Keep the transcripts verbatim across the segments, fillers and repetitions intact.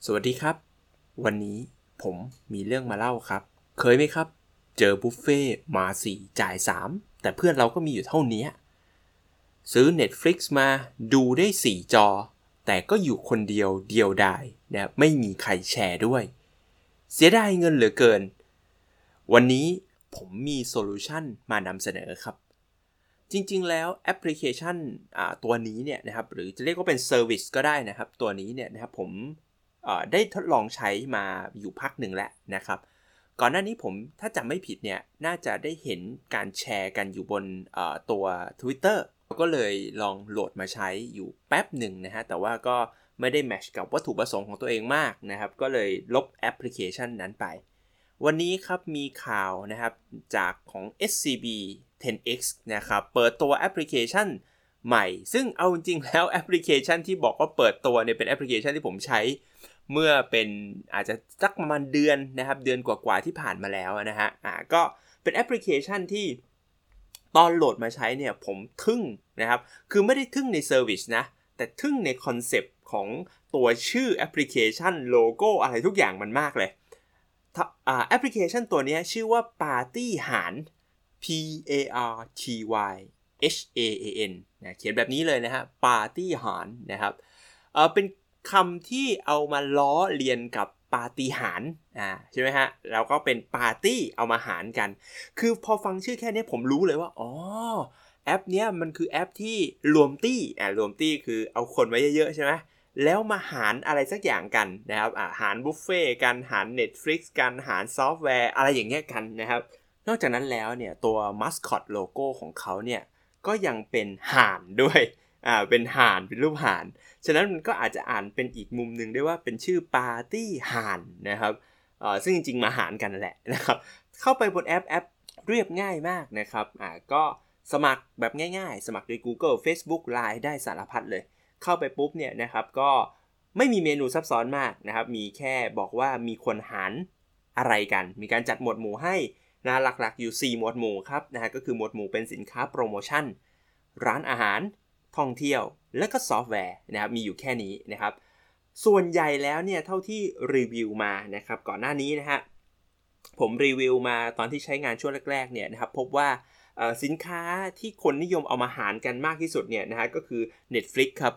สวัสดีครับวันนี้ผมมีเรื่องมาเล่าครับเคยไหมครับเจอบุฟเฟ่มาสี่จ่ายสามแต่เพื่อนเราก็มีอยู่เท่านี้ซื้อ Netflix มาดูได้สี่จอแต่ก็อยู่คนเดียวเดียวดายนะไม่มีใครแชร์ด้วยเสียดายเงินเหลือเกินวันนี้ผมมีโซลูชันมานำเสนอครับจริงๆแล้วแอปพลิเคชันตัวนี้เนี่ยนะครับหรือจะเรียกว่าเป็นเซอร์วิสก็ได้นะครับตัวนี้เนี่ยนะครับผมได้ทดลองใช้มาอยู่พักหนึ่งแล้วนะครับก่อนหน้านี้ผมถ้าจำไม่ผิดเนี่ยน่าจะได้เห็นการแชร์กันอยู่บนตัว Twitter ก็เลยลองโหลดมาใช้อยู่แป๊บหนึ่งนะฮะแต่ว่าก็ไม่ได้แมทช์กับวัตถุประสงค์ของตัวเองมากนะครับก็เลยลบแอปพลิเคชันนั้นไปวันนี้ครับมีข่าวนะครับจากของ เอส ซี บี เท็น เอ็กซ์ นะครับเปิดตัวแอปพลิเคชันใหม่ซึ่งเอาจริงๆแล้วแอปพลิเคชันที่บอกว่าเปิดตัวเนี่ยเป็นแอปพลิเคชันที่ผมใช้เมื่อเป็นอาจจะสักประมาณเดือนนะครับเดือนกว่าๆที่ผ่านมาแล้วนะฮะอ่าก็เป็นแอปพลิเคชันที่ตอนโหลดมาใช้เนี่ยผมทึ่งนะครับคือไม่ได้ทึ่งในเซอร์วิสนะแต่ทึ่งในคอนเซปต์ของตัวชื่อแอปพลิเคชันโลโก้อะไรทุกอย่างมันมากเลยแอปพลิเคชันตัวนี้ชื่อว่า Party หาร P A R T Y H A A N นะเขียนแบบนี้เลยนะฮะ Party หารนะครับเอ่อเป็นคำที่เอามาล้อเลียนกับปาฏิหาริย์อ่าใช่ไหมฮะแล้วก็เป็นปาร์ตี้เอามาหารกันคือพอฟังชื่อแค่นี้ผมรู้เลยว่าอ๋อแอปเนี้ยมันคือแอปที่รวมตี้อ่ารวมตี้คือเอาคนไว้เยอะๆใช่ไหมแล้วมาหารอะไรสักอย่างกันนะครับอ่าหารบุฟเฟ่กันหาร Netflix กันหารซอฟต์แวร์อะไรอย่างเงี้ยกันนะครับนอกจากนั้นแล้วเนี่ยตัวมัสคอตโลโก้ของเขาเนี่ยก็ยังเป็นห่านด้วยอ่าเป็นห่านเป็นรูปห่านฉะนั้นมันก็อาจจะอ่านเป็นอีกมุมนึงได้ว่าเป็นชื่อปาร์ตี้ห่านนะครับอ่าซึ่งจริงๆมาหารกันแหละนะครับเข้าไปบนแอปแอปเรียบง่ายมากนะครับอ่าก็สมัครแบบง่ายๆสมัครใน Google Facebook ไลน์ ได้สารพัดเลยเข้าไปปุ๊บเนี่ยนะครับก็ไม่มีเมนูซับซ้อนมากนะครับมีแค่บอกว่ามีคนหารอะไรกันมีการจัดหมวดหมู่ให้นะหลักๆอยู่สี่หมวดหมู่ครับนะฮะก็คือหมวดหมู่เป็นสินค้าโปรโมชั่นร้านอาหารท่องเที่ยวและก็ซอฟต์แวร์นะครับมีอยู่แค่นี้นะครับส่วนใหญ่แล้วเนี่ยเท่าที่รีวิวมานะครับก่อนหน้านี้นะฮะผมรีวิวมาตอนที่ใช้งานช่วงแรกๆเนี่ยนะครับพบว่าสินค้าที่คนนิยมเอามาหารกันมากที่สุดเนี่ยนะฮะก็คือ Netflix ครับ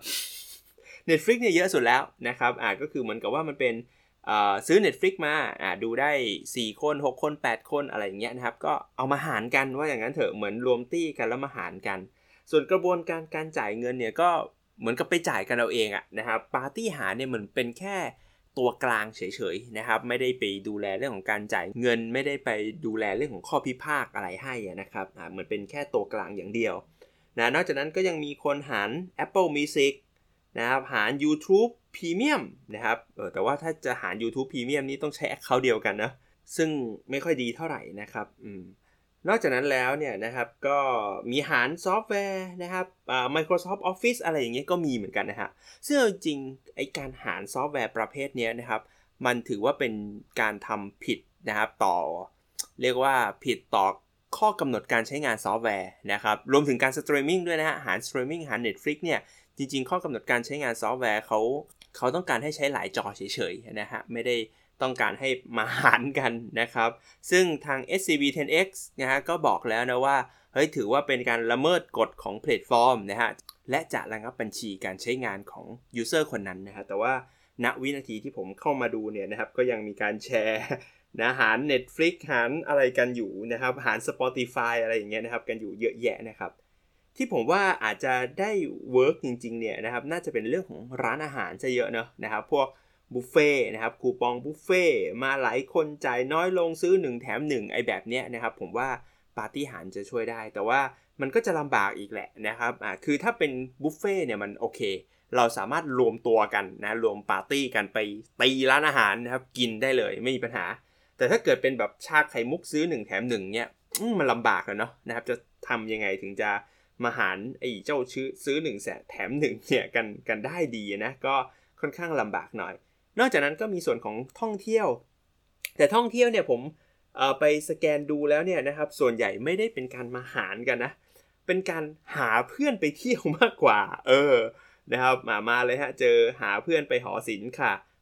Netflix เนี่ยเยอะสุดแล้วนะครับอ่าก็คือเหมือนกับว่ามันเป็นซื้อ Netflix มาอ่าดูได้สี่คนหกคนแปดคนอะไรอย่างเงี้ยนะครับก็เอามาหารกันว่าอย่างนั้นเถอะเหมือนรวมตี้กันแล้วมาหารกันส่วนกระบวนการการจ่ายเงินเนี่ยก็เหมือนกับไปจ่ายกันเอาเองอะนะครับปาร์ตี้หารเนี่ยเหมือนเป็นแค่ตัวกลางเฉยๆนะครับไม่ได้ไปดูแลเรื่องของการจ่ายเงินไม่ได้ไปดูแลเรื่องของข้อพิพาทอะไรให้นะครับอ่าเหมือนเป็นแค่ตัวกลางอย่างเดียวนะนอกจากนั้นก็ยังมีคนหาร Apple Music นะครับหาร YouTube Premium นะครับเออแต่ว่าถ้าจะหาร YouTube Premium นี่ต้องใช้ account เดียวกันนะซึ่งไม่ค่อยดีเท่าไหร่นะครับอืมนอกจากนั้นแล้วเนี่ยนะครับก็มีหารซอฟต์แวร์นะครับอ่า Microsoft Office อะไรอย่างเงี้ยก็มีเหมือนกันนะฮะซึ่งจริงไอ้การหารซอฟต์แวร์ประเภทนี้นะครับมันถือว่าเป็นการทำผิดนะครับต่อเรียกว่าผิดต่อข้อกำหนดการใช้งานซอฟต์แวร์นะครับรวมถึงการสตรีมมิ่งด้วยนะฮะหารสตรีมมิ่งหาร Netflix เนี่ยจริงๆข้อกำหนดการใช้งานซอฟต์แวร์เขาเขาต้องการให้ใช้หลายจอเฉยๆนะฮะไม่ได้ต้องการให้มาหารกันนะครับซึ่งทาง เอส ซี บี เท็น เอ็กซ์ นะฮะก็บอกแล้วนะว่าเฮ้ยถือว่าเป็นการละเมิดกฎของแพลตฟอร์มนะฮะและจะระงับบัญชีการใช้งานของยูเซอร์คนนั้นนะฮะแต่ว่าณวินาทีที่ผมเข้ามาดูเนี่ยนะครับก็ยังมีการแชร์นะหาร Netflix หารอะไรกันอยู่นะครับหาร Spotify อะไรอย่างเงี้ยนะครับกันอยู่เยอะแยะนะครับที่ผมว่าอาจจะได้เวิร์กจริงๆเนี่ยนะครับน่าจะเป็นเรื่องของร้านอาหารซะเยอะเนอะนะครับพวกบุฟเฟ่นะครับคูปองบุฟเฟ่มาหลายคนจ่ายน้อยลงซื้อหนึ่งแถมหนึ่งไอ้แบบเนี้ยนะครับผมว่าปาร์ตี้หารจะช่วยได้แต่ว่ามันก็จะลำบากอีกแหละนะครับอ่าคือถ้าเป็นบุฟเฟ่เนี่ยมันโอเคเราสามารถรวมตัวกันนะรวมปาร์ตี้กันไปตีร้านอาหารนะครับกินได้เลยไม่มีปัญหาแต่ถ้าเกิดเป็นแบบชาไข่มุกซื้อหนึ่งแถมหนึ่งเนี่ยมันลำบากเลยเนาะนะครับจะทำยังไงถึงจะมาหารไอ้เจ้าชื่อซื้อหนึ่งแสนแถมหนึ่งเนี่ยกันกันได้ดีนะก็ค่อนข้างลำบากหน่อยนอกจากนั้นก็มีส่วนของท่องเที่ยวแต่ท่องเที่ยวเนี่ยผมเอ่อไปสแกนดูแล้วเนี่ยนะครับส่วนใหญ่ไม่ได้เป็นการมาหารกันนะเป็นการหาเพื่อนไปเที่ยวมากกว่าเออนะครับมามาเลยฮะเจอหาเพื่อนไปหอศิลป์ค่ะ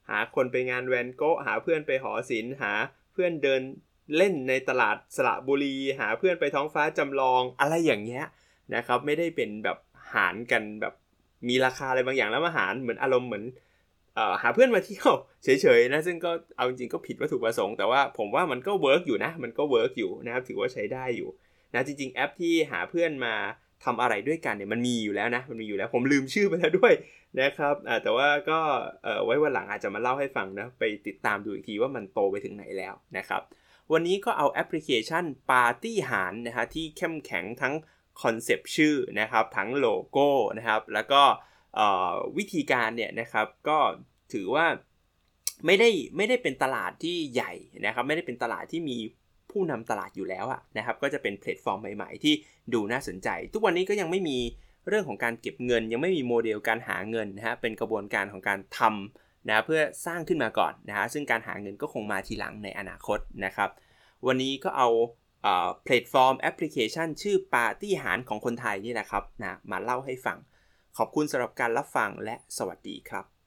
หาคนไปงานแวนโก๊ะหาเพื่อนไปหอศิลป์หาเพื่อนเดินเล่นในตลาดสระบุรีหาเพื่อนไปท้องฟ้าจำลองอะไรอย่างเงี้ยนะครับไม่ได้เป็นแบบหารกันแบบมีราคาอะไรบางอย่างแล้วมาหารเหมือนอารมณ์เหมือนเอ่อหาเพื่อนมาเที่ยวเฉยๆนะซึ่งก็เอาจริงก็ผิดวัตถุประสงค์แต่ว่าผมว่ามันก็เวิร์กอยู่นะมันก็เวิร์กอยู่นะครับถือว่าใช้ได้อยู่นะจริงๆแอปที่หาเพื่อนมาทำอะไรด้วยกันเนี่ยมันมีอยู่แล้วนะมันมีอยู่แล้วผมลืมชื่อไปแล้วด้วยนะครับแต่ว่าก็เอ่อไว้วันหลังอาจจะมาเล่าให้ฟังนะไปติดตามดูอีกทีว่ามันโตไปถึงไหนแล้วนะครับวันนี้ก็เอาแอปพลิเคชันปาร์ตี้หารนะฮะที่เข้มแข็งทั้งคอนเซปต์ชื่อนะครับทั้งโลโก้นะครับแล้วก็วิธีการเนี่ยนะครับก็ถือว่าไม่ได้ไม่ได้เป็นตลาดที่ใหญ่นะครับไม่ได้เป็นตลาดที่มีผู้นำตลาดอยู่แล้วอะนะครับก็จะเป็นแพลตฟอร์มใหม่ๆที่ดูน่าสนใจทุกวันนี้ก็ยังไม่มีเรื่องของการเก็บเงินยังไม่มีโมเดลการหาเงินนะฮะเป็นกระบวนการของการทำนะเพื่อสร้างขึ้นมาก่อนนะฮะซึ่งการหาเงินก็คงมาทีหลังในอนาคตนะครับวันนี้ก็เอาเอ่อแพลตฟอร์มแอปพลิเคชันชื่อปาร์ตี้หารของคนไทยนี่แหละครับนะมาเล่าให้ฟังขอบคุณสำหรับการรับฟังและสวัสดีครับ